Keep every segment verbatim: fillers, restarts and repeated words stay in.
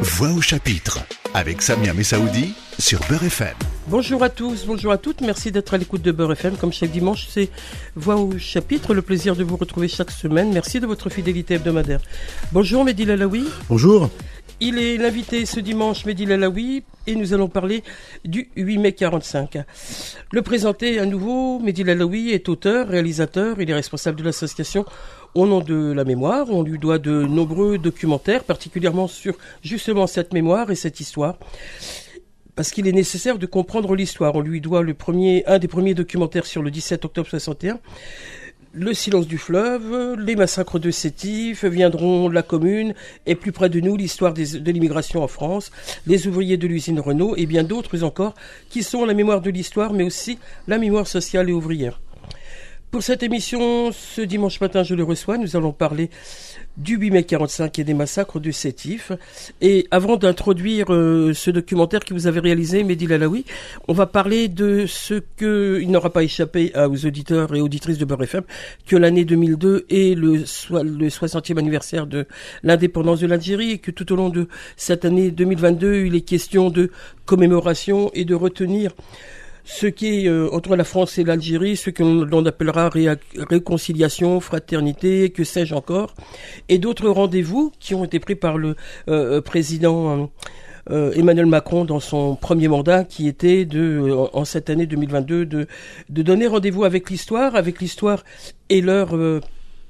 Voix au chapitre avec Samia Messaoudi sur Beurre F M. Bonjour à tous, bonjour à toutes, merci d'être à l'écoute de Beurre F M. Comme chaque dimanche, c'est Voix au chapitre, le plaisir de vous retrouver chaque semaine. Merci de votre fidélité hebdomadaire. Bonjour Mehdi Lalaoui. Bonjour. Il est l'invité ce dimanche, Mehdi Lalaoui, et nous allons parler du huit mai quarante-cinq. Le présenter à nouveau, Mehdi Lalaoui est auteur, réalisateur, il est responsable de l'association Au nom de la mémoire. On lui doit de nombreux documentaires, particulièrement sur justement cette mémoire et cette histoire. Parce qu'il est nécessaire de comprendre l'histoire. On lui doit le premier, un des premiers documentaires sur le dix-sept octobre soixante et un. Le silence du fleuve, les massacres de Sétif, viendront la commune et plus près de nous l'histoire des, de l'immigration en France, les ouvriers de l'usine Renault et bien d'autres encore qui sont la mémoire de l'histoire mais aussi la mémoire sociale et ouvrière. Pour cette émission, ce dimanche matin, je le reçois, nous allons parler du huit mai quarante-cinq et des massacres de Sétif. Et avant d'introduire euh, ce documentaire que vous avez réalisé, Mehdi Lalaoui, on va parler de ce que, il n'aura pas échappé aux auditeurs et auditrices de Beurre F M, que l'année deux mille deux est le, so- le soixantième anniversaire de l'indépendance de l'Algérie et que tout au long de cette année deux mille vingt-deux, il est question de commémoration et de retenir ce qui est euh, entre la France et l'Algérie, ce que l'on appellera ré- réconciliation, fraternité, que sais-je encore, et d'autres rendez-vous qui ont été pris par le euh, président euh, Emmanuel Macron dans son premier mandat, qui était de, euh, en cette année deux mille vingt-deux, de, de donner rendez-vous avec l'histoire, avec l'histoire et leur, euh,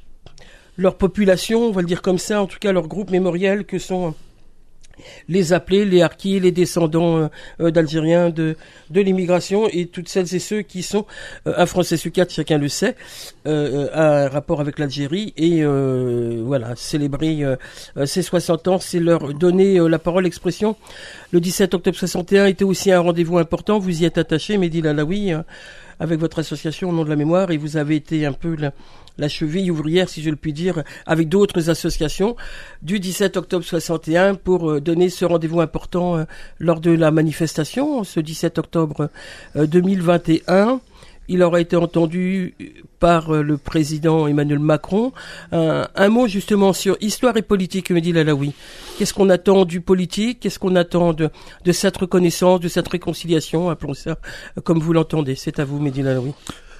leur population, on va le dire comme ça, en tout cas leur groupe mémoriel que sont les appelés, les harkis, les descendants euh, d'Algériens de, de l'immigration et toutes celles et ceux qui sont euh, un Français sur quatre, chacun le sait, euh, a un rapport avec l'Algérie et euh, voilà, célébrer euh, ces soixante ans, c'est leur donner euh, la parole, l'expression. Le dix-sept octobre soixante et un était aussi un rendez-vous important, vous y êtes attaché, Mehdi Lalaoui, hein, avec votre association Au nom de la mémoire, et vous avez été un peu la, la cheville ouvrière, si je le puis dire, avec d'autres associations du dix-sept octobre soixante et un pour donner ce rendez-vous important euh, lors de la manifestation, ce dix-sept octobre euh, deux mille vingt et un. Il aura été entendu par euh, le président Emmanuel Macron. Un, un mot justement sur histoire et politique, Mehdi Lalaoui. Qu'est-ce qu'on attend du politique? Qu'est-ce qu'on attend de, de cette reconnaissance, de cette réconciliation? Appelons ça euh, comme vous l'entendez. C'est à vous, Mehdi Lalaoui.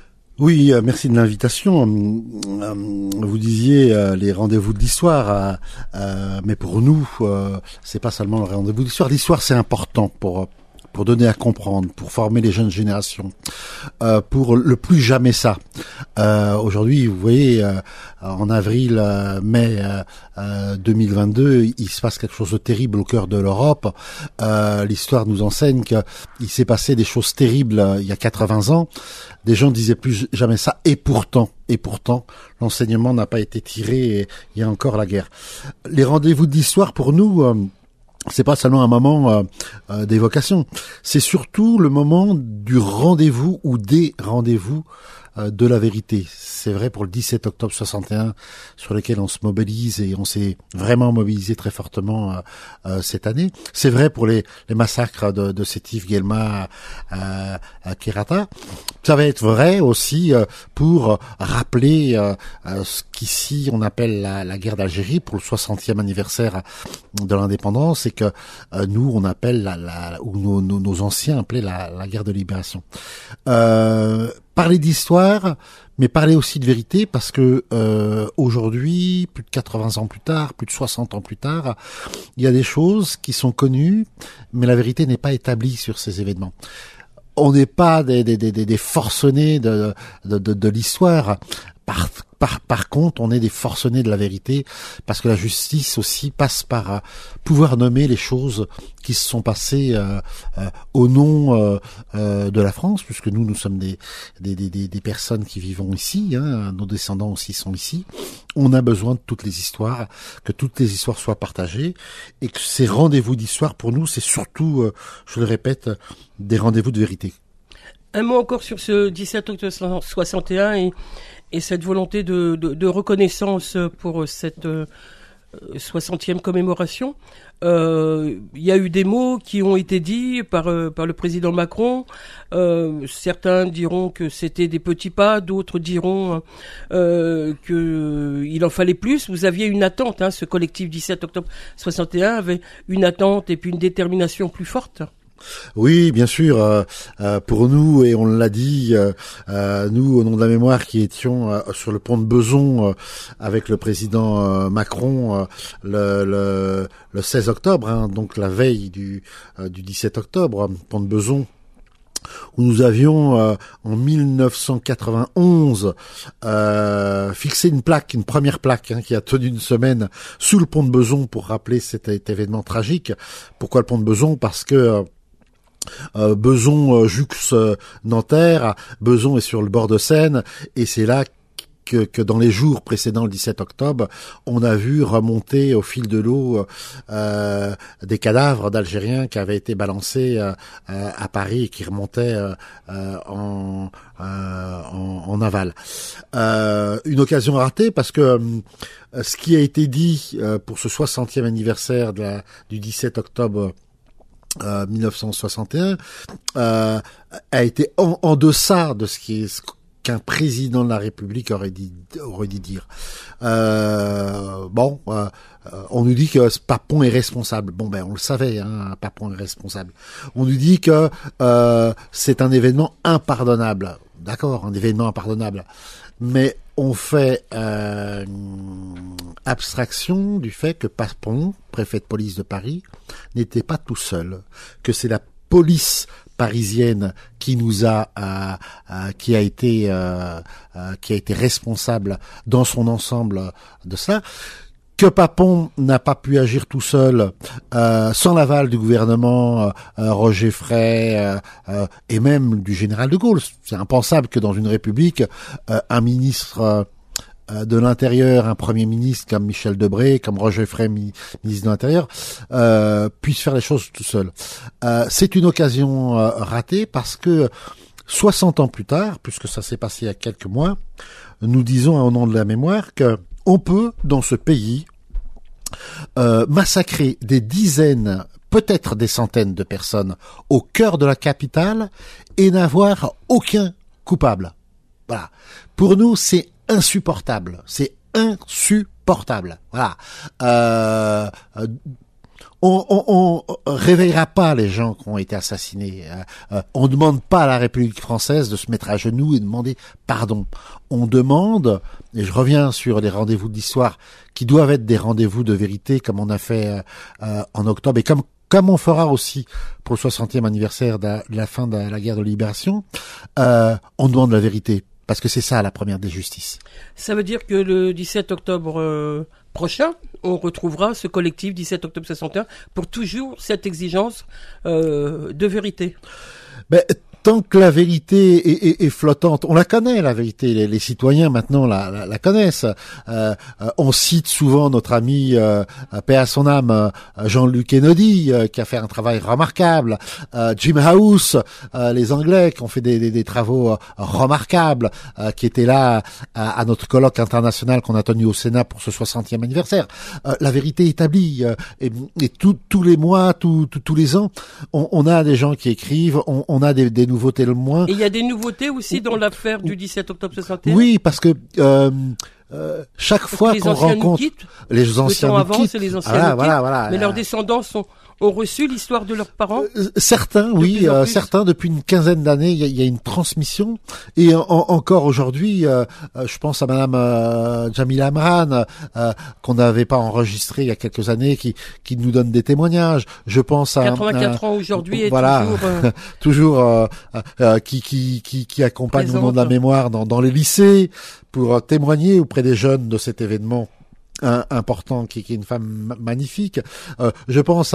Oui, euh, merci de l'invitation. Euh, vous disiez euh, les rendez-vous de l'histoire, euh, euh, mais pour nous, euh, c'est pas seulement le rendez-vous de l'histoire. L'histoire, c'est important pour pour donner à comprendre, pour former les jeunes générations, euh, pour le plus jamais ça. Euh, aujourd'hui, vous voyez, euh, en avril, euh, mai euh, euh, deux mille vingt-deux, il se passe quelque chose de terrible au cœur de l'Europe. Euh, l'histoire nous enseigne qu'il s'est passé des choses terribles euh, il y a quatre-vingts ans. Des gens disaient plus jamais ça, et pourtant, et pourtant, l'enseignement n'a pas été tiré et il y a encore la guerre. Les rendez-vous d'histoire, pour nous, euh, c'est pas seulement un moment euh, euh, d'évocation, c'est surtout le moment du rendez-vous ou des rendez-vous euh, de la vérité. C'est vrai pour le dix-sept octobre soixante et un, sur lequel on se mobilise et on s'est vraiment mobilisé très fortement euh, euh, cette année. C'est vrai pour les, les massacres de, de Sétif, Guelma, euh, à Kerata. Ça va être vrai aussi euh, pour rappeler euh, euh, ce qu'ici on appelle la, la guerre d'Algérie pour le soixantième anniversaire de l'indépendance et que euh, nous on appelle la, la ou nos, nos, nos anciens appelaient la, la guerre de libération. Euh, parler d'histoire, mais parler aussi de vérité, parce que euh, aujourd'hui, plus de quatre-vingts ans plus tard, plus de soixante ans plus tard, il y a des choses qui sont connues, mais la vérité n'est pas établie sur ces événements. On n'est pas des, des, des, des forcenés de, de, de, de l'histoire. Par, par, par contre, on est des forcenés de la vérité, parce que la justice aussi passe par euh, pouvoir nommer les choses qui se sont passées euh, euh, au nom euh, euh, de la France, puisque nous, nous sommes des, des, des, des personnes qui vivons ici, hein, nos descendants aussi sont ici. On a besoin de toutes les histoires, que toutes les histoires soient partagées, et que ces rendez-vous d'histoire, pour nous, c'est surtout, euh, je le répète, des rendez-vous de vérité. Un mot encore sur ce dix-sept octobre soixante et un et, et cette volonté de, de, de reconnaissance pour cette, soixantième commémoration. Euh, il y a eu des mots qui ont été dits par euh, par le président Macron. Euh, certains diront que c'était des petits pas, d'autres diront euh, que il en fallait plus. Vous aviez une attente, hein, ce collectif dix-sept octobre soixante et un avait une attente et puis une détermination plus forte. Oui, bien sûr. Euh, euh, pour nous, et on l'a dit, euh, euh, nous, au nom de la mémoire, qui étions euh, sur le pont de Bezons euh, avec le président euh, Macron euh, le, le, le seize octobre, hein, donc la veille du, euh, du dix-sept octobre, pont de Bezons, où nous avions euh, en mille neuf cent quatre-vingt-onze euh, fixé une plaque, une première plaque hein, qui a tenu une semaine sous le pont de Bezons pour rappeler cet, cet événement tragique. Pourquoi le pont de Bezons ? Parce que euh, Euh, Bezons euh, jouxte euh, Nanterre, Bezons est sur le bord de Seine, et c'est là que, que dans les jours précédents le dix-sept octobre, on a vu remonter au fil de l'eau euh, des cadavres d'Algériens qui avaient été balancés euh, euh, à Paris et qui remontaient euh, euh, en, euh, en, en aval. Euh, une occasion ratée parce que euh, ce qui a été dit euh, pour ce soixantième anniversaire de la, du dix-sept octobre Euh, mille neuf cent soixante et un euh, a été en, en deçà de ce qui est ce qu'un président de la République aurait dit aurait dit dire. Euh, bon, euh, on nous dit que Papon est responsable. Bon ben on le savait, hein, Papon est responsable. On nous dit que euh, c'est un événement impardonnable. D'accord, un événement impardonnable. Mais on fait euh, abstraction du fait que Papon, préfet de police de Paris, n'était pas tout seul, que c'est la police parisienne qui nous a, euh, euh, qui a été, euh, euh, qui a été responsable dans son ensemble de ça. Que Papon n'a pas pu agir tout seul, euh, sans l'aval du gouvernement, euh, euh, Roger Frey, euh, euh, et même du général de Gaulle. C'est impensable que dans une république, euh, un ministre euh, de l'Intérieur, un Premier ministre comme Michel Debré, comme Roger Frey, mi- ministre de l'Intérieur, euh, puisse faire les choses tout seul. Euh, c'est une occasion euh, ratée parce que soixante ans plus tard, puisque ça s'est passé il y a quelques mois, nous disons au nom de la mémoire que on peut, dans ce pays, euh, massacrer des dizaines, peut-être des centaines de personnes au cœur de la capitale et n'avoir aucun coupable. Voilà. Pour nous, c'est insupportable. C'est insupportable. Voilà. Euh, euh, On, on, on réveillera pas les gens qui ont été assassinés. Euh, on ne demande pas à la République française de se mettre à genoux et demander pardon. On demande, et je reviens sur les rendez-vous d'histoire qui doivent être des rendez-vous de vérité, comme on a fait euh, en octobre et comme comme on fera aussi pour le soixantième anniversaire de la, de la fin de la guerre de libération. Euh, on demande la vérité parce que c'est ça la première des justices. Ça veut dire que le dix-sept octobre euh, prochain, on retrouvera ce collectif dix-sept octobre soixante et un pour toujours cette exigence euh, de vérité. Ben, tant que la vérité est, est, est flottante, on la connaît la vérité, les, les citoyens maintenant la, la, la connaissent. Euh, euh, on cite souvent notre ami, euh, paix à son âme, euh, Jean-Luc Kennedy, euh, qui a fait un travail remarquable, euh, Jim House, euh, les Anglais qui ont fait des, des, des travaux euh, remarquables, euh, qui étaient là à, à notre colloque international qu'on a tenu au Sénat pour ce soixantième anniversaire. Euh, la vérité établie, euh, et, et tout, tous les mois, tout, tout, tous les ans, on, on a des gens qui écrivent, on, on a des, des nouveaux témoins. Et il y a des nouveautés aussi dans l'affaire du dix-sept octobre soixante et un. Oui, parce que euh, euh, chaque parce fois qu'on rencontre quittent, les anciens nous avant, quittent, c'est les anciens voilà, nous voilà, quittent, voilà, mais euh, leurs descendants sont ont reçu l'histoire de leurs parents. Euh, certains, oui, euh, certains depuis une quinzaine d'années, il y a, y a une transmission. Et en, encore aujourd'hui, euh, je pense à Madame euh, Jamila Amran, euh, qu'on n'avait pas enregistré il y a quelques années, qui qui nous donne des témoignages. Je pense à quatre-vingt-quatre à, ans aujourd'hui, voilà, et toujours euh, toujours euh, euh, qui qui qui qui accompagne au nom de la mémoire dans dans les lycées pour euh, témoigner auprès des jeunes de cet événement un, important qui, qui est une femme magnifique. Euh, je pense à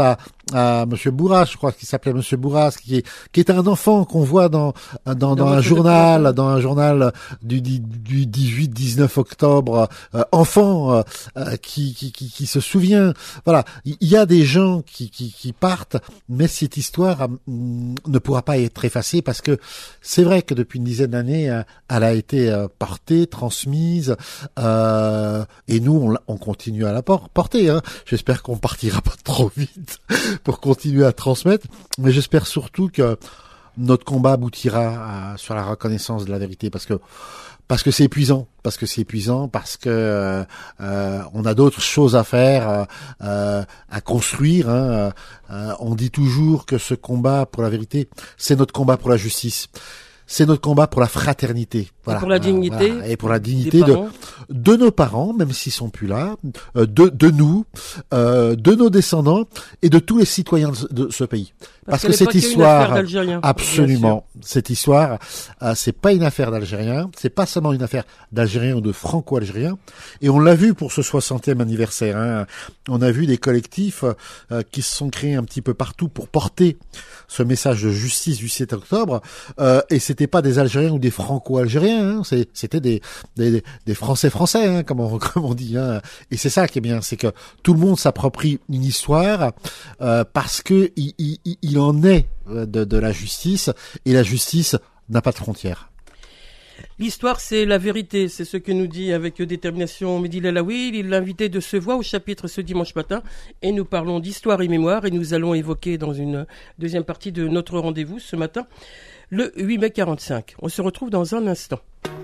à Monsieur Bourras, je crois qu'il s'appelait Monsieur Bourras, qui est qui est un enfant qu'on voit dans dans, dans, dans un journal, dans un journal du du dix-huit dix-neuf octobre, euh, enfant euh, qui, qui qui qui se souvient. Voilà, il y a des gens qui qui qui partent, mais cette histoire euh, ne pourra pas être effacée parce que c'est vrai que depuis une dizaine d'années, euh, elle a été euh, portée, transmise, euh, et nous on, on continue à la porter. Hein. J'espère qu'on partira pas trop vite pour continuer à transmettre, mais j'espère surtout que notre combat aboutira à, sur la reconnaissance de la vérité, parce que parce que c'est épuisant, parce que c'est épuisant, parce que euh, euh, on a d'autres choses à faire, euh, à construire. Hein. Euh, on dit toujours que ce combat pour la vérité, c'est notre combat pour la justice. C'est notre combat pour la fraternité. Voilà, et pour la dignité. Voilà, et pour la dignité de, de nos parents, même s'ils sont plus là, de, de nous, euh, de nos descendants et de tous les citoyens de, de ce pays. Parce, Parce que cette histoire, absolument, cette histoire, euh, c'est pas une affaire d'Algériens, c'est pas seulement une affaire d'Algériens ou de Franco-Algériens. Et on l'a vu pour ce soixantième anniversaire. Hein. On a vu des collectifs euh, qui se sont créés un petit peu partout pour porter ce message de justice du sept octobre. Euh, et c'était pas des Algériens ou des Franco-Algériens. Hein. C'est, c'était des, des, des Français français, hein, comme on, comme on dit. Hein. Et c'est ça qui est bien, c'est que tout le monde s'approprie une histoire euh, parce que il, il, il en est de, de la justice, et la justice n'a pas de frontières. L'histoire, c'est la vérité, c'est ce que nous dit avec détermination Mehdi Lalaoui. Il est l'invité de ce Voix au chapitre ce dimanche matin, et nous parlons d'histoire et mémoire, et nous allons évoquer dans une deuxième partie de notre rendez-vous ce matin le huit mai quarante-cinq. On se retrouve dans un instant.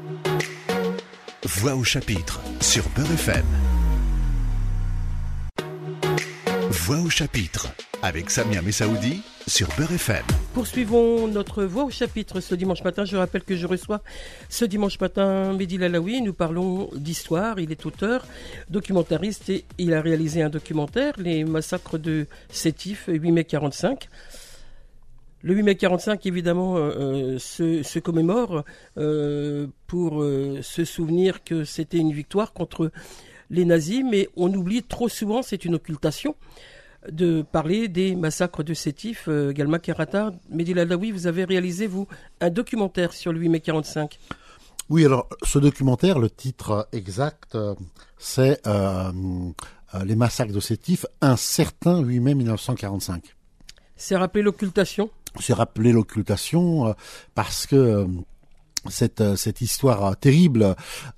Voix au chapitre sur Beurre F M. Voix au chapitre avec Samia Messaoudi sur Beurre F M. Poursuivons notre Voix au chapitre ce dimanche matin. Je rappelle que je reçois ce dimanche matin Mehdi Lalaoui. Nous parlons d'histoire. Il est auteur, documentariste, et il a réalisé un documentaire, Les massacres de Sétif, huit mai quarante-cinq. Le huit mai quarante-cinq, évidemment, euh, se, se commémore euh, pour euh, se souvenir que c'était une victoire contre les nazis, mais on oublie trop souvent, c'est une occultation, de parler des massacres de Sétif, euh, Galma Karata. Mehdi Lalaoui, vous avez réalisé, vous, un documentaire sur le huit mai quarante-cinq. Oui, alors, ce documentaire, le titre exact, euh, c'est euh, euh, Les massacres de Sétif, un certain huit mai mille neuf cent quarante-cinq. C'est rappeler l'occultation ? C'est rappeler l'occultation euh, parce que euh, cette cette histoire terrible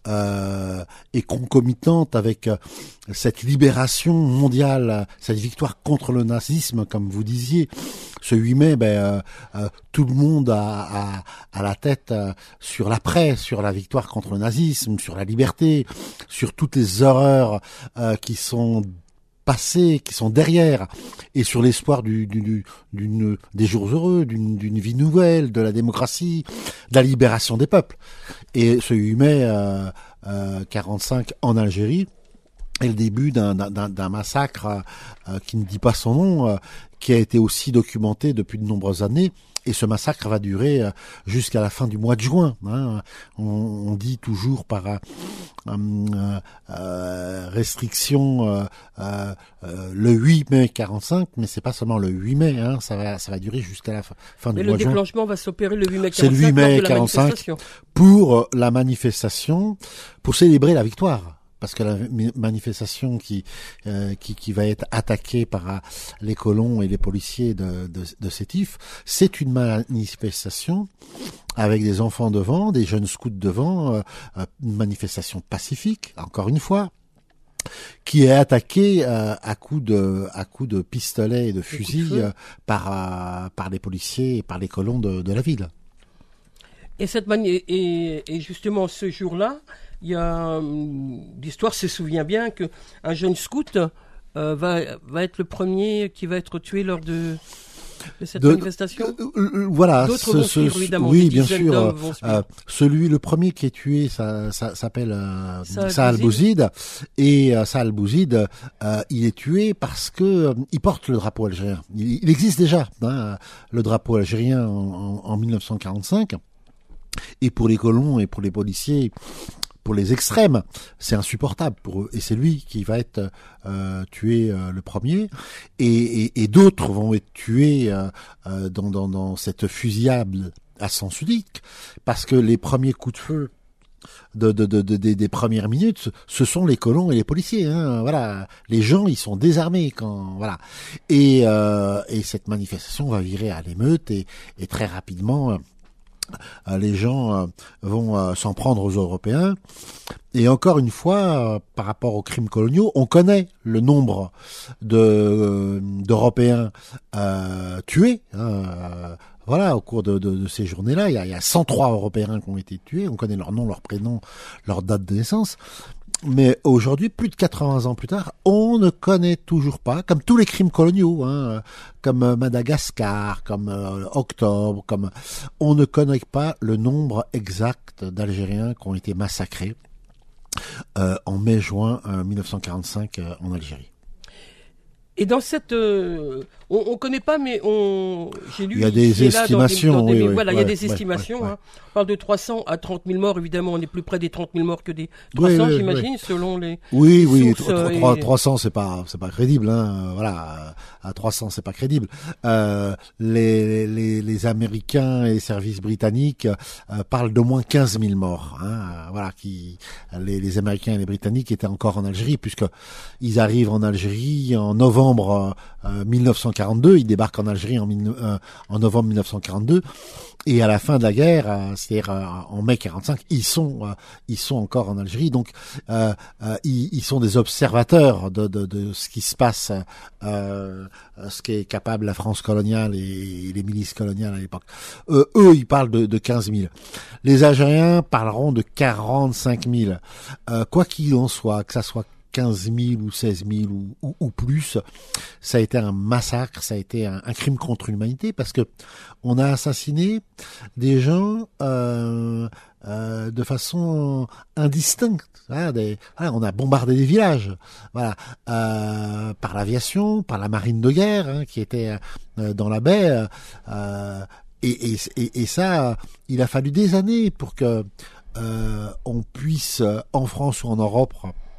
euh, est concomitante avec euh, cette libération mondiale, cette victoire contre le nazisme, comme vous disiez. Ce huit mai, ben euh, euh, tout le monde a, a, a la tête euh, sur l'après, sur la victoire contre le nazisme, sur la liberté, sur toutes les horreurs euh, qui sont passés, qui sont derrière, et sur l'espoir du, du, d'une, des jours heureux, d'une, d'une vie nouvelle, de la démocratie, de la libération des peuples. Et ce huit mai euh, euh, quarante-cinq en Algérie est le début d'un, d'un, d'un massacre euh, qui ne dit pas son nom, euh, qui a été aussi documenté depuis de nombreuses années. Et ce massacre va durer jusqu'à la fin du mois de juin. Hein. On, on dit toujours par euh, euh, euh, restriction euh, euh, le huit mai quarante-cinq, mais c'est pas seulement le huit mai. Hein. Ça va, ça va durer jusqu'à la fin, fin du mois de juin. Le déclenchement va s'opérer le huit mai quarante-cinq. C'est le huit mai quarante-cinq pour la manifestation, pour célébrer la victoire. Parce que la manifestation qui, euh, qui qui va être attaquée par les colons et les policiers de, de, de Sétif, c'est une manifestation avec des enfants devant, des jeunes scouts devant, euh, une manifestation pacifique, encore une fois, qui est attaquée euh, à coups de à coups de pistolets et de fusils euh, par euh, par les policiers et par les colons de, de la ville. Et cette mani- et, et justement ce jour-là, il y a l'histoire se souvient bien que un jeune scout euh, va va être le premier qui va être tué lors de, de cette de, manifestation. Euh, euh, voilà. D'autres ce, vont ce, suivre, évidemment. Oui, bien sûr. Euh, celui, le premier qui est tué, ça, ça s'appelle euh, Saad Bouzid, et euh, Saad Bouzid, euh, il est tué parce que euh, il porte le drapeau algérien. Il, il existe déjà, hein, le drapeau algérien en, en, en mille neuf cent quarante-cinq. Et pour les colons et pour les policiers, pour les extrêmes, c'est insupportable pour eux. Et c'est lui qui va être euh, tué euh, le premier. Et, et, et d'autres vont être tués euh, euh, dans, dans, dans cette fusillade à sens unique, parce que les premiers coups de feu de, de, de, de, de des premières minutes, ce sont les colons et les policiers. Hein, voilà, les gens, ils sont désarmés quand voilà. Et, euh, et cette manifestation va virer à l'émeute et, et très rapidement, euh, les gens euh, vont euh, s'en prendre aux Européens. Et encore une fois, euh, par rapport aux crimes coloniaux, on connaît le nombre de euh, d'Européens euh, tués. Hein, Voilà, au cours de, de, de ces journées-là, il y, a, il y a cent trois Européens qui ont été tués. On connaît leur nom, leur prénom, leur date de naissance. Mais aujourd'hui, plus de quatre-vingts ans plus tard, on ne connaît toujours pas, comme tous les crimes coloniaux, hein, comme Madagascar, comme euh, Octobre, comme on ne connaît pas le nombre exact d'Algériens qui ont été massacrés euh, en mai-juin euh, mille neuf cent quarante-cinq euh, en Algérie. Et dans cette, euh, on, on connaît pas, mais on, j'ai lu. Il y a des estimations. Là, dans des, dans des, oui, oui, voilà, ouais, il y a des ouais, estimations. ouais, ouais. Hein. On parle de trois cents à trente mille morts. Évidemment, on est plus près des trente mille morts que des trois cents, oui, oui, j'imagine, oui. selon les. Oui, oui, sources, euh, et... trois cents, c'est pas, c'est pas crédible, hein. Voilà, à trois cents, c'est pas crédible. Euh, les, les, les Américains et les services britanniques euh, parlent d'au moins quinze mille morts. Hein. Voilà, qui, les, les Américains et les Britanniques étaient encore en Algérie, puisque ils arrivent en Algérie en novembre euh, mille neuf cent quarante-deux. Ils débarquent en Algérie en, euh, en novembre mille neuf cent quarante-deux. Et à la fin de la guerre, euh, c'est-à-dire euh, en mai quarante-cinq, ils sont euh, ils sont encore en Algérie, donc euh, euh, ils, ils sont des observateurs de, de, de ce qui se passe, euh, ce qu'est capable la France coloniale et, et les milices coloniales à l'époque. Euh, eux, ils parlent de, de quinze mille. Les Algériens parleront de quarante-cinq mille. Euh, quoi qu'il en soit, que ça soit quinze mille ou seize mille ou, ou, ou plus, ça a été un massacre, ça a été un, un crime contre l'humanité, parce que on a assassiné des gens euh, euh, de façon indistincte. Hein, des, voilà, on a bombardé des villages, voilà, euh, par l'aviation, par la marine de guerre, hein, qui était euh, dans la baie, euh, et, et, et, et ça, il a fallu des années pour que euh, on puisse, en France ou en Europe,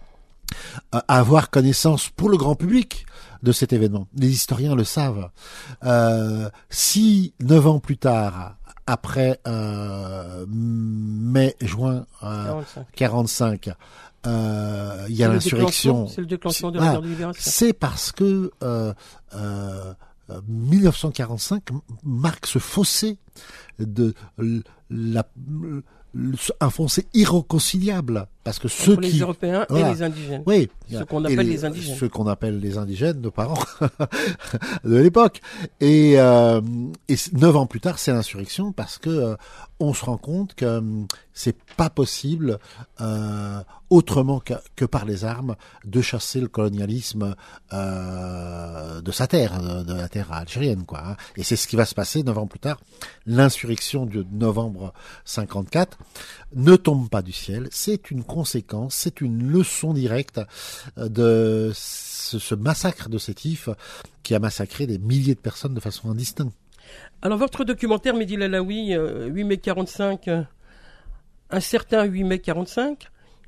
avoir connaissance pour le grand public de cet événement. Les historiens le savent. Euh, si neuf ans plus tard, après euh, mai-juin euh, quarante-cinq, euh, il y a l'insurrection. C'est le déclenchement de la guerre de libération. C'est parce que euh, euh, mille neuf cent quarante-cinq marque ce fossé de la un fossé irréconciliable, parce que ceux entre qui les Européens voilà. et les indigènes, oui, ceux qu'on appelle les, les indigènes, ceux qu'on appelle les indigènes, nos parents de l'époque, et euh, et neuf ans plus tard, c'est l'insurrection, parce que euh, on se rend compte que euh, c'est pas possible euh, autrement que, que par les armes de chasser le colonialisme euh, de sa terre, de, de la terre algérienne, quoi. Hein. Et c'est ce qui va se passer neuf ans plus tard. L'insurrection de novembre cinquante-quatre ne tombe pas du ciel, c'est une conséquence, c'est une leçon directe de ce, ce massacre de Sétif qui a massacré des milliers de personnes de façon indistincte. Alors votre documentaire Mehdi Lalaoui, euh, huit mai quarante-cinq, euh, un certain huit mai quarante-cinq,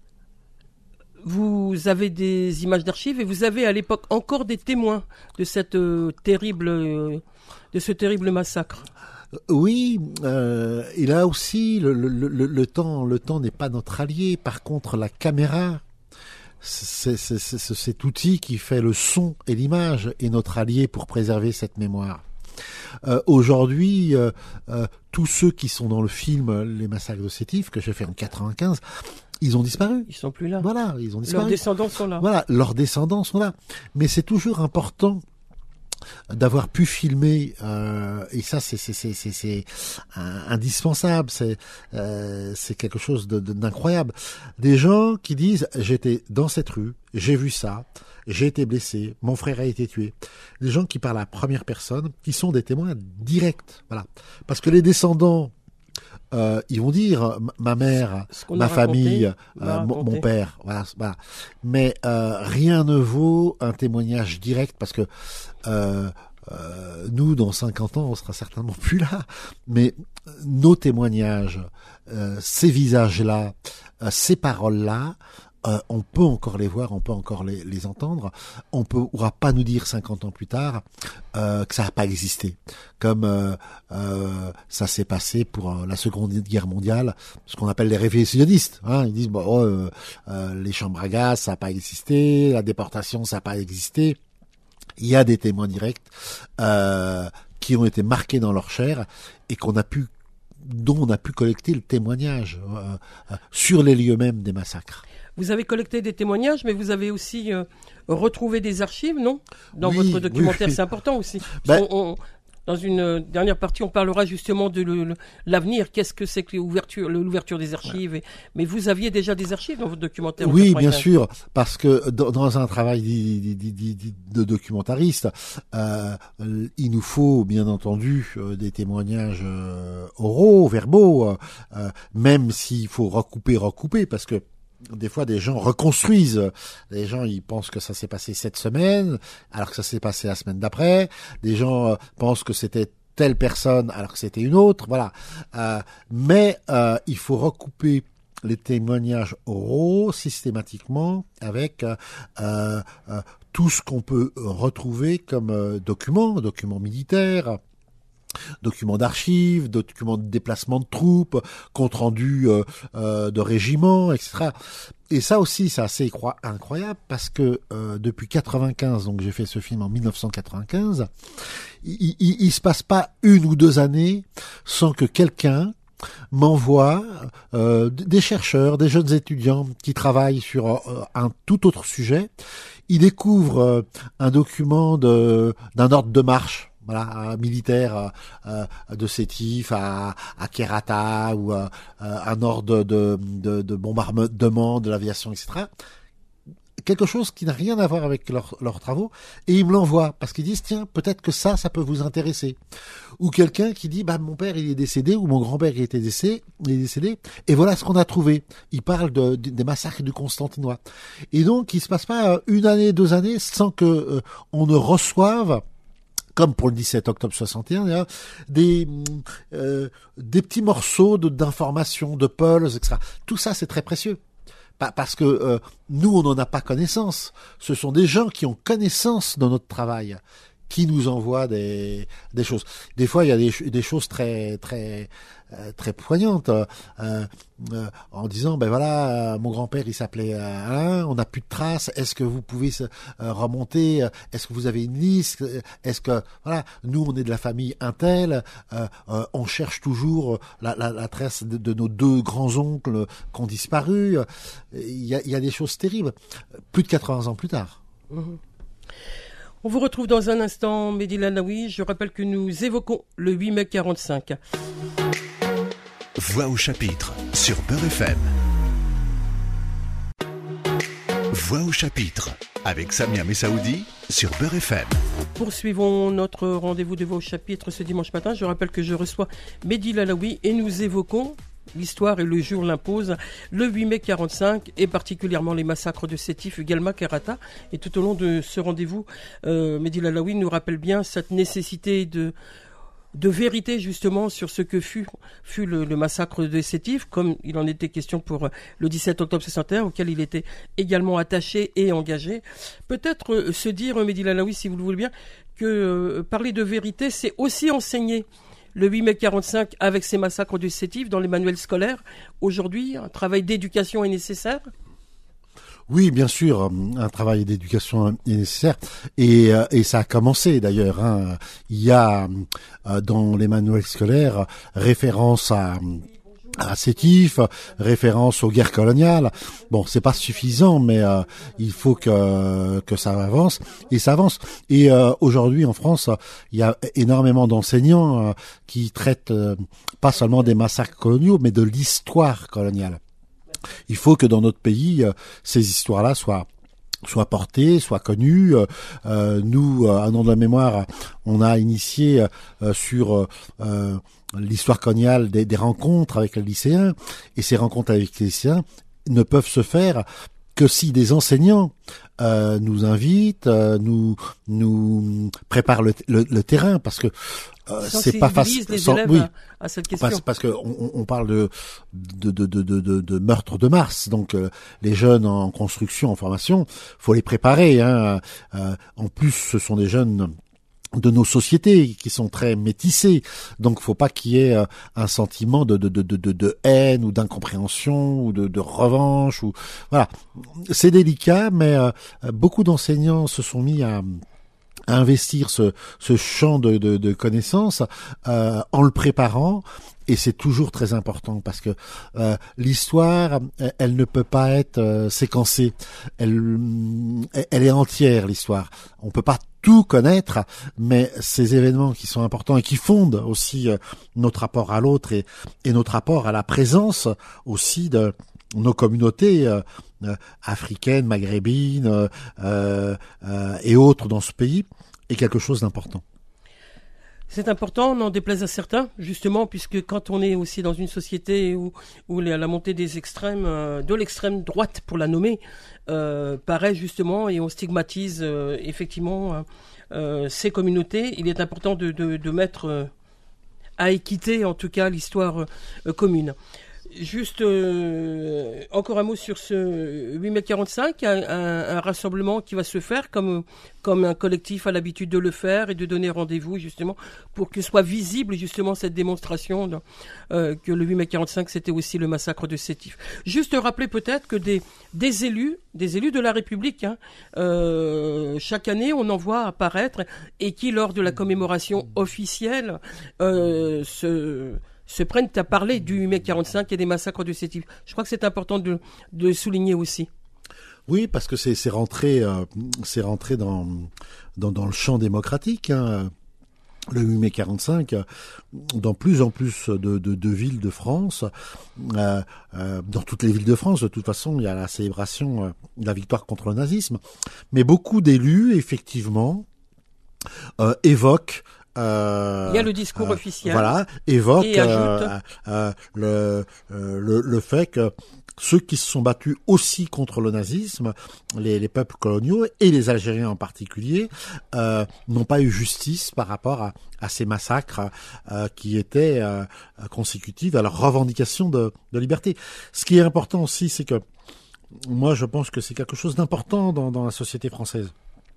vous avez des images d'archives et vous avez à l'époque encore des témoins de cette euh, terrible, euh, de ce terrible massacre. Oui, euh, et là aussi, le, le, le, le temps, le temps n'est pas notre allié. Par contre, la caméra, c'est, c'est, c'est, c'est cet outil qui fait le son et l'image est notre allié pour préserver cette mémoire. Euh, aujourd'hui, euh, euh, tous ceux qui sont dans le film Les Massacres de Sétif, que j'ai fait en quatre-vingt-quinze, ils ont disparu. Ils sont plus là. Voilà, ils ont disparu. Leurs descendants sont là. Voilà, leurs descendants sont là. Mais c'est toujours important d'avoir pu filmer, euh, et ça c'est c'est c'est c'est, c'est indispensable, c'est euh, c'est quelque chose de, de, d'incroyable. Des gens qui disent j'étais dans cette rue, j'ai vu ça, j'ai été blessé, mon frère a été tué. Des gens qui parlent à la première personne, qui sont des témoins directs, voilà. Parce que les descendants, Euh, ils vont dire ma mère, ma famille, euh, mon, mon père, voilà, voilà. Mais euh, rien ne vaut un témoignage direct, parce que euh, euh, nous, dans cinquante ans, on sera certainement plus là. Mais nos témoignages, euh, ces visages-là, euh, ces paroles-là, Euh, on peut encore les voir, on peut encore les, les entendre. On ne pourra pas nous dire cinquante ans plus tard euh, que ça n'a pas existé. Comme euh, euh, ça s'est passé pour euh, la Seconde Guerre mondiale, ce qu'on appelle les révisionnistes. Hein. Ils disent bon, oh, euh, euh, les chambres à gaz, ça n'a pas existé, la déportation, ça n'a pas existé. Il y a des témoins directs euh, qui ont été marqués dans leur chair et qu'on a pu, dont on a pu collecter le témoignage euh, euh, sur les lieux mêmes des massacres. Vous avez collecté des témoignages, mais vous avez aussi euh, retrouvé des archives, non? Dans oui, votre documentaire, oui, oui. C'est important aussi. Ben, on, on, dans une dernière partie, on parlera justement de le, le, l'avenir. Qu'est-ce que c'est que l'ouverture, l'ouverture des archives et, Mais vous aviez déjà des archives dans votre documentaire? Oui, bien sûr, parce que dans, dans un travail de documentariste, euh, il nous faut bien entendu euh, des témoignages euh, oraux, verbaux, euh, même s'il faut recouper, recouper, parce que des fois, des gens reconstruisent. Les gens, ils pensent que ça s'est passé cette semaine, alors que ça s'est passé la semaine d'après. Des gens euh, pensent que c'était telle personne, alors que c'était une autre. Voilà. Euh, mais euh, il faut recouper les témoignages oraux systématiquement avec euh, euh, tout ce qu'on peut retrouver comme euh, documents, documents militaires, documents d'archives, documents de déplacement de troupes, comptes rendus euh, euh, de régiments, et cetera. Et ça aussi, c'est assez incroyable parce que euh, depuis quatre-vingt-quinze, donc j'ai fait ce film en mille neuf cent quatre-vingt-quinze, il, il, il se passe pas une ou deux années sans que quelqu'un m'envoie euh, des chercheurs, des jeunes étudiants qui travaillent sur euh, un tout autre sujet. Ils découvrent euh, un document de, d'un ordre de marche. Voilà, militaire euh, de Sétif à, à Kerata ou euh, un ordre de, de, de bombardement de l'aviation, et cetera. Quelque chose qui n'a rien à voir avec leurs leurs travaux, et ils me l'envoient parce qu'ils disent tiens, peut-être que ça, ça peut vous intéresser. Ou quelqu'un qui dit bah mon père il est décédé ou mon grand-père il était décédé, il est décédé, et voilà ce qu'on a trouvé. Il parle de, de, des massacres du Constantinois. Et donc il se passe pas une année, deux années sans que euh, on ne reçoive, comme pour le dix-sept octobre soixante et un, des euh, des petits morceaux de, d'informations, de pulse, et cetera. Tout ça, c'est très précieux. Parce que euh, nous, on n'en a pas connaissance. Ce sont des gens qui ont connaissance de notre travail, qui nous envoient des des choses. Des fois, il y a des, des choses très très euh, très poignantes, euh, euh, en disant ben voilà, euh, mon grand-père il s'appelait euh, Alain, on n'a plus de traces. Est-ce que vous pouvez euh, remonter? Est-ce que vous avez une liste? Est-ce que voilà, nous on est de la famille Intel, euh, euh, on cherche toujours la, la, la trace de, de nos deux grands-oncles qui ont disparu. Il y a, il y a des choses terribles. Plus de quatre-vingts ans plus tard. Mmh. On vous retrouve dans un instant, Mehdi Lalaoui. Je rappelle que nous évoquons le huit mai quarante-cinq. Voix au chapitre sur Beurre F M. Voix au chapitre avec Samia Messaoudi sur Beurre F M. Poursuivons notre rendez-vous de Voix au chapitre ce dimanche matin. Je rappelle que je reçois Mehdi Lalaoui et nous évoquons l'histoire et le jour l'impose, le huit mai quarante-cinq et particulièrement les massacres de Sétif, Guelma, Kerata. Et tout au long de ce rendez-vous, euh, Mehdi Lalaoui nous rappelle bien cette nécessité de de vérité justement sur ce que fut, fut le, le massacre de Sétif, comme il en était question pour le dix-sept octobre soixante et un, auquel il était également attaché et engagé. Peut-être euh, se dire, Mehdi Lalaoui, si vous le voulez bien, que euh, parler de vérité, c'est aussi enseigner le huit mai quarante-cinq avec ces massacres de Sétif dans les manuels scolaires. Aujourd'hui, un travail d'éducation est nécessaire? Oui, bien sûr, un travail d'éducation est nécessaire et, et ça a commencé d'ailleurs. Hein. Il y a dans les manuels scolaires référence à à Sétif, référence aux guerres coloniales. Bon, c'est pas suffisant, mais euh, il faut que que ça avance et ça avance. Et euh, aujourd'hui en France, il y a énormément d'enseignants euh, qui traitent euh, pas seulement des massacres coloniaux, mais de l'histoire coloniale. Il faut que dans notre pays, euh, ces histoires-là soient soient portées, soient connues. Euh, nous, à Nom de la Mémoire, on a initié euh, sur euh, l'histoire coloniale des, des rencontres avec les lycéens, et ces rencontres avec les lycéens ne peuvent se faire que si des enseignants euh, nous invitent, euh, nous nous préparent le, le, le terrain, parce que euh, c'est pas facile. Les élèves oui, à, à cette question. Parce, parce que on, on parle de de de de de, de meurtre de masse, donc euh, les jeunes en construction, en formation, faut les préparer. Hein. Euh, en plus, ce sont des jeunes de nos sociétés qui sont très métissées, donc faut pas qu'il y ait un sentiment de de de de, de haine ou d'incompréhension ou de, de revanche ou voilà. C'est délicat, mais euh, beaucoup d'enseignants se sont mis à à investir ce, ce champ de, de, de connaissances euh, en le préparant, et c'est toujours très important parce que euh, l'histoire, elle ne peut pas être euh, séquencée, elle, elle est entière, l'histoire. On peut pas tout connaître, mais ces événements qui sont importants et qui fondent aussi euh, notre rapport à l'autre et, et notre rapport à la présence aussi de nos communautés euh, euh, africaines, maghrébines euh, euh, euh, et autres dans ce pays, est quelque chose d'important. C'est important, n'en déplaise à certains, justement, puisque quand on est aussi dans une société où, où la montée des extrêmes, euh, de l'extrême droite pour la nommer, euh, paraît justement, et on stigmatise euh, effectivement euh, ces communautés, il est important de, de, de mettre euh, à équité, en tout cas, l'histoire euh, commune. Juste euh, encore un mot sur ce huit mai quarante-cinq, un, un, un rassemblement qui va se faire comme, comme un collectif a l'habitude de le faire et de donner rendez-vous justement pour que soit visible justement cette démonstration de, euh, que le huit mai quarante-cinq c'était aussi le massacre de Sétif. Juste rappeler peut-être que des, des élus, des élus de la République, hein, euh, chaque année on en voit apparaître et qui lors de la commémoration officielle euh, se... se prennent à parler du huit mai quarante-cinq et des massacres de Sétif. Je crois que c'est important de, de souligner aussi. Oui, parce que c'est, c'est rentré, euh, c'est rentré dans, dans, dans le champ démocratique, hein. Le huit mai quarante-cinq, dans plus en plus de, de, de villes de France, euh, euh, dans toutes les villes de France, de toute façon, il y a la célébration euh, de la victoire contre le nazisme. Mais beaucoup d'élus, effectivement, euh, évoquent Euh, il y a le discours euh, officiel. Voilà, évoque et ajoute... euh, euh, le, euh, le le fait que ceux qui se sont battus aussi contre le nazisme, les, les peuples coloniaux et les Algériens en particulier, euh, n'ont pas eu justice par rapport à, à ces massacres euh, qui étaient euh, consécutifs à leur revendication de, de liberté. Ce qui est important aussi, c'est que moi je pense que c'est quelque chose d'important dans, dans la société française.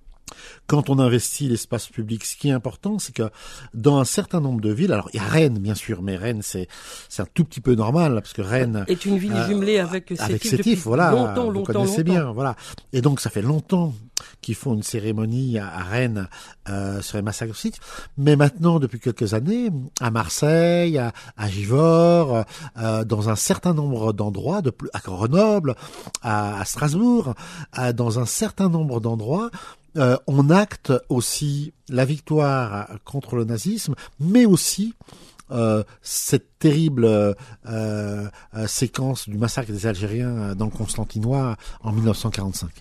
Quand on investit l'espace public, ce qui est important, c'est que dans un certain nombre de villes, alors il y a Rennes bien sûr, mais Rennes c'est c'est un tout petit peu normal parce que Rennes est une ville euh, jumelée avec Sétif, avec Sétif, voilà, longtemps, vous longtemps, connaissez longtemps. bien, voilà. Et donc ça fait longtemps qu'ils font une cérémonie à, à Rennes euh, sur les massacres de Sétif, mais maintenant depuis quelques années à Marseille, à, à Givors, euh, dans un certain nombre d'endroits, de plus, à Grenoble, à, à Strasbourg, à, dans un certain nombre d'endroits. Euh, on acte aussi la victoire contre le nazisme, mais aussi euh, cette terrible euh, euh, séquence du massacre des Algériens dans le Constantinois en dix-neuf cent quarante-cinq.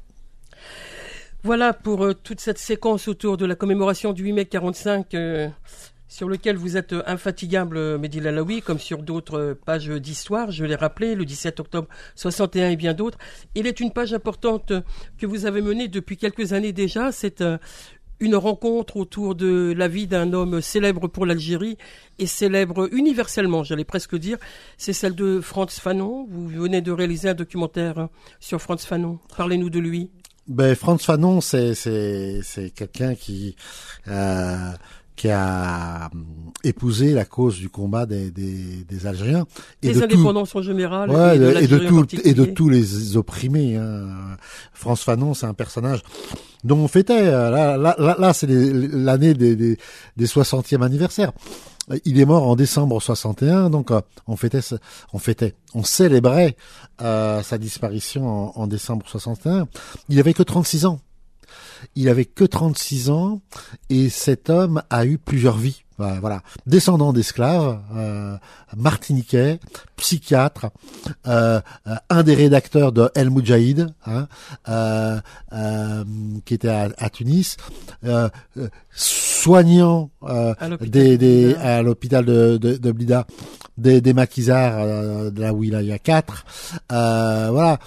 Voilà pour euh, toute cette séquence autour de la commémoration du huit mai quarante-cinq, euh, sur lequel vous êtes infatigable, Mehdi Lalaoui, comme sur d'autres pages d'histoire. Je l'ai rappelé, le dix-sept octobre soixante et un et bien d'autres. Il est une page importante que vous avez menée depuis quelques années déjà. C'est euh, une rencontre autour de la vie d'un homme célèbre pour l'Algérie et célèbre universellement, j'allais presque dire. C'est celle de Frantz Fanon. Vous venez de réaliser un documentaire sur Frantz Fanon. Parlez-nous de lui. Ben, Frantz Fanon, c'est, c'est, c'est quelqu'un qui... Euh... qui a épousé la cause du combat des, des, des Algériens. Et des de indépendances en général. Ouais, et, de et, de tout, et de particulier. tous les opprimés. Hein. Frantz Fanon, c'est un personnage dont on fêtait. Là, là, là, là c'est les, l'année des, des, des soixantième anniversaire. Il est mort en décembre soixante et un, donc euh, on fêtait, on fêtait, on célébrait euh, sa disparition en, en décembre soixante et un. Il avait que trente-six ans. Il avait que trente-six ans et cet homme a eu plusieurs vies. Euh, voilà, descendant d'esclaves, euh, martiniquais, psychiatre, euh, euh, un des rédacteurs de El Moudjahid, hein, euh, euh, qui était à, à Tunis, euh, euh, soignant euh, des, des, à l'hôpital de, de, de Blida des, des maquisards, euh, là où il y a quatre. Euh, voilà.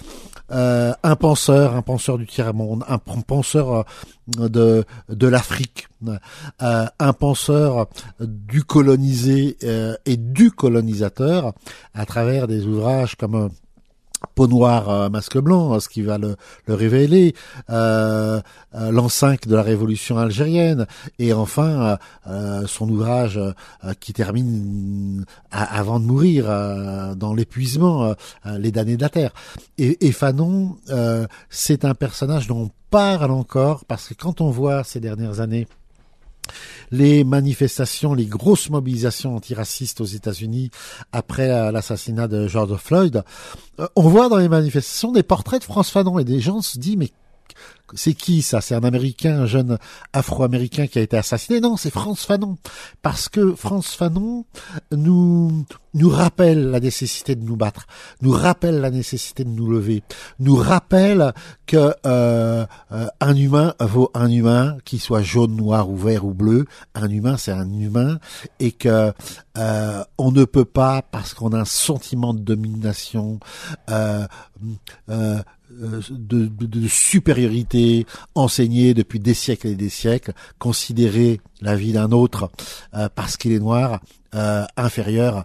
euh, un penseur, un penseur du tiers-monde, un penseur de de l'Afrique, euh, un penseur du colonisé euh, et du colonisateur à travers des ouvrages comme Peau noire, euh, masque blanc, ce qui va le, le révéler, euh, euh, l'an cinq de la révolution algérienne, et enfin euh, son ouvrage euh, qui termine à, avant de mourir euh, dans l'épuisement, euh, Les damnés de la terre. Et, et Fanon, euh, c'est un personnage dont on parle encore, parce que quand on voit ces dernières années les manifestations, les grosses mobilisations antiracistes aux États-Unis après euh, l'assassinat de George Floyd, euh, on voit dans les manifestations des portraits de Frantz Fanon, et des gens se disent mais c'est qui ça? C'est un Américain, un jeune Afro-Américain qui a été assassiné? Non, c'est Frantz Fanon, parce que Frantz Fanon nous nous rappelle la nécessité de nous battre, nous rappelle la nécessité de nous lever, nous rappelle que euh, euh, un humain vaut un humain, qu'il soit jaune, noir ou vert ou bleu. Un humain, c'est un humain, et que euh, on ne peut pas, parce qu'on a un sentiment de domination, euh, euh, De, de, de supériorité enseignée depuis des siècles et des siècles, considérer la vie d'un autre euh, parce qu'il est noir euh, inférieure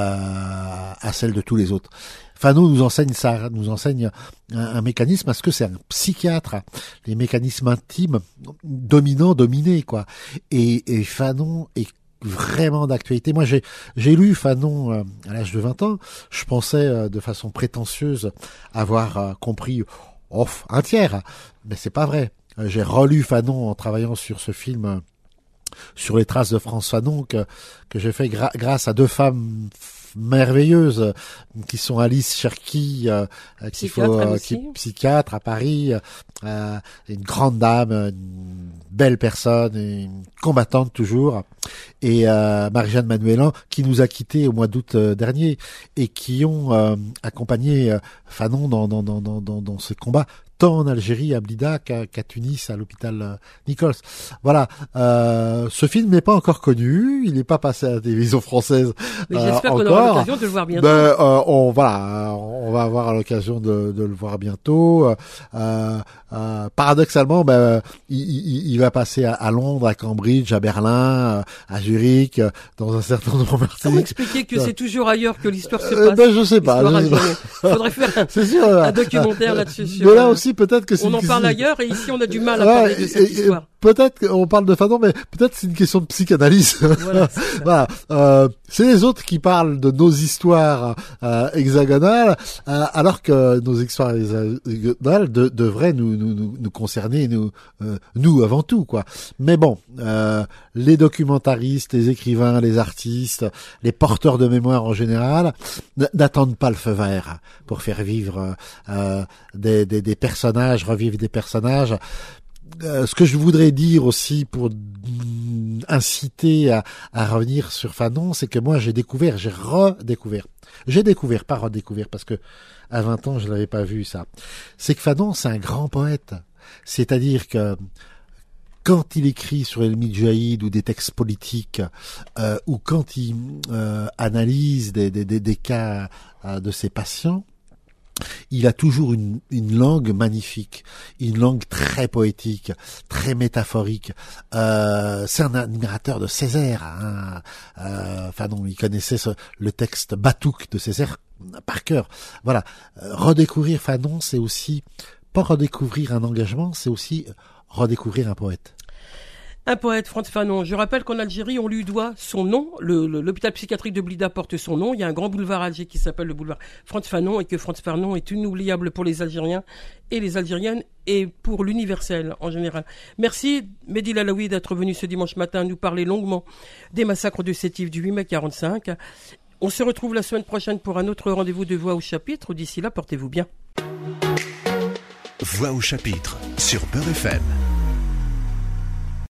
à, à celle de tous les autres. Fanon nous enseigne ça, nous enseigne un, un mécanisme, parce que c'est un psychiatre, les mécanismes intimes dominants, dominés, quoi. Et, et Fanon est vraiment d'actualité. Moi, j'ai j'ai lu Fanon euh, à l'âge de vingt ans. Je pensais euh, de façon prétentieuse avoir euh, compris oh, un tiers, mais c'est pas vrai. Euh, j'ai relu Fanon en travaillant sur ce film euh, sur les traces de Frantz Fanon que que j'ai fait gra- grâce à deux femmes merveilleuses qui sont Alice Cherki, euh, qui faut euh, qui est psychiatre à Paris, euh, une grande dame, une belle personne, une combattante toujours, et euh, Marie-Jeanne Manuelan, qui nous a quittés au mois d'août euh, dernier, et qui ont euh, accompagné euh, Fanon dans dans dans dans dans, dans ce combat, tant en Algérie, à Blida, qu'à, qu'à Tunis, à l'hôpital euh, Nichols. Voilà. Euh, ce film n'est pas encore connu. Il n'est pas passé à la télévision française. Mais j'espère euh, qu'on aura l'occasion de le voir bientôt. Ben, euh, on, voilà, on va avoir l'occasion de, de le voir bientôt. Euh, euh, paradoxalement, ben, il, il, il va passer à, à Londres, à Cambridge, à Berlin, à Zurich, dans un certain nombre d'articles. Comment expliquer que c'est toujours ailleurs que l'histoire se passe? euh, ben, je sais pas. Je sais pas. Il faudrait faire un, sûr, un documentaire là-dessus. Mais là aussi, peut-être que c'est on en une... parle ailleurs, et ici on a du mal à ouais, parler de cette et, histoire. Et peut-être qu'on parle de Fanon, mais peut-être c'est une question de psychanalyse. Voilà, c'est, voilà. Euh, c'est les autres qui parlent de nos histoires euh, hexagonales, euh, alors que nos histoires hexagonales de, devraient nous, nous, nous, nous concerner, nous, euh, nous avant tout, quoi. Mais bon, euh, les documentaristes, les écrivains, les artistes, les porteurs de mémoire en général, n'attendent pas le feu vert pour faire vivre euh, des, des, des personnages, revivre des personnages. Euh, ce que je voudrais dire aussi pour inciter à, à revenir sur Fanon, c'est que moi j'ai découvert, j'ai redécouvert, j'ai découvert, pas redécouvert, parce que à vingt ans je l'avais pas vu ça. C'est que Fanon c'est un grand poète, c'est-à-dire que quand il écrit sur El Midjaïd ou des textes politiques, euh, ou quand il euh, analyse des, des, des, des cas euh, de ses patients, il a toujours une, une langue magnifique, une langue très poétique, très métaphorique. Euh, c'est un admirateur de Césaire. Hein. Euh, enfin non, il connaissait ce, le texte Batouk de Césaire par cœur. Voilà, euh, redécouvrir Fanon, c'est aussi pas redécouvrir un engagement, c'est aussi redécouvrir un poète. Un poète, Frantz Fanon. Je rappelle qu'en Algérie, on lui doit son nom. Le, le, l'hôpital psychiatrique de Blida porte son nom. Il y a un grand boulevard à Alger qui s'appelle le boulevard Frantz Fanon, et que Frantz Fanon est inoubliable pour les Algériens et les Algériennes, et pour l'universel en général. Merci Mehdi Lalaoui d'être venu ce dimanche matin nous parler longuement des massacres de Sétif du huit mai quarante-cinq. On se retrouve la semaine prochaine pour un autre rendez-vous de Voix au chapitre. D'ici là, portez-vous bien. Voix au chapitre sur Beurre F M.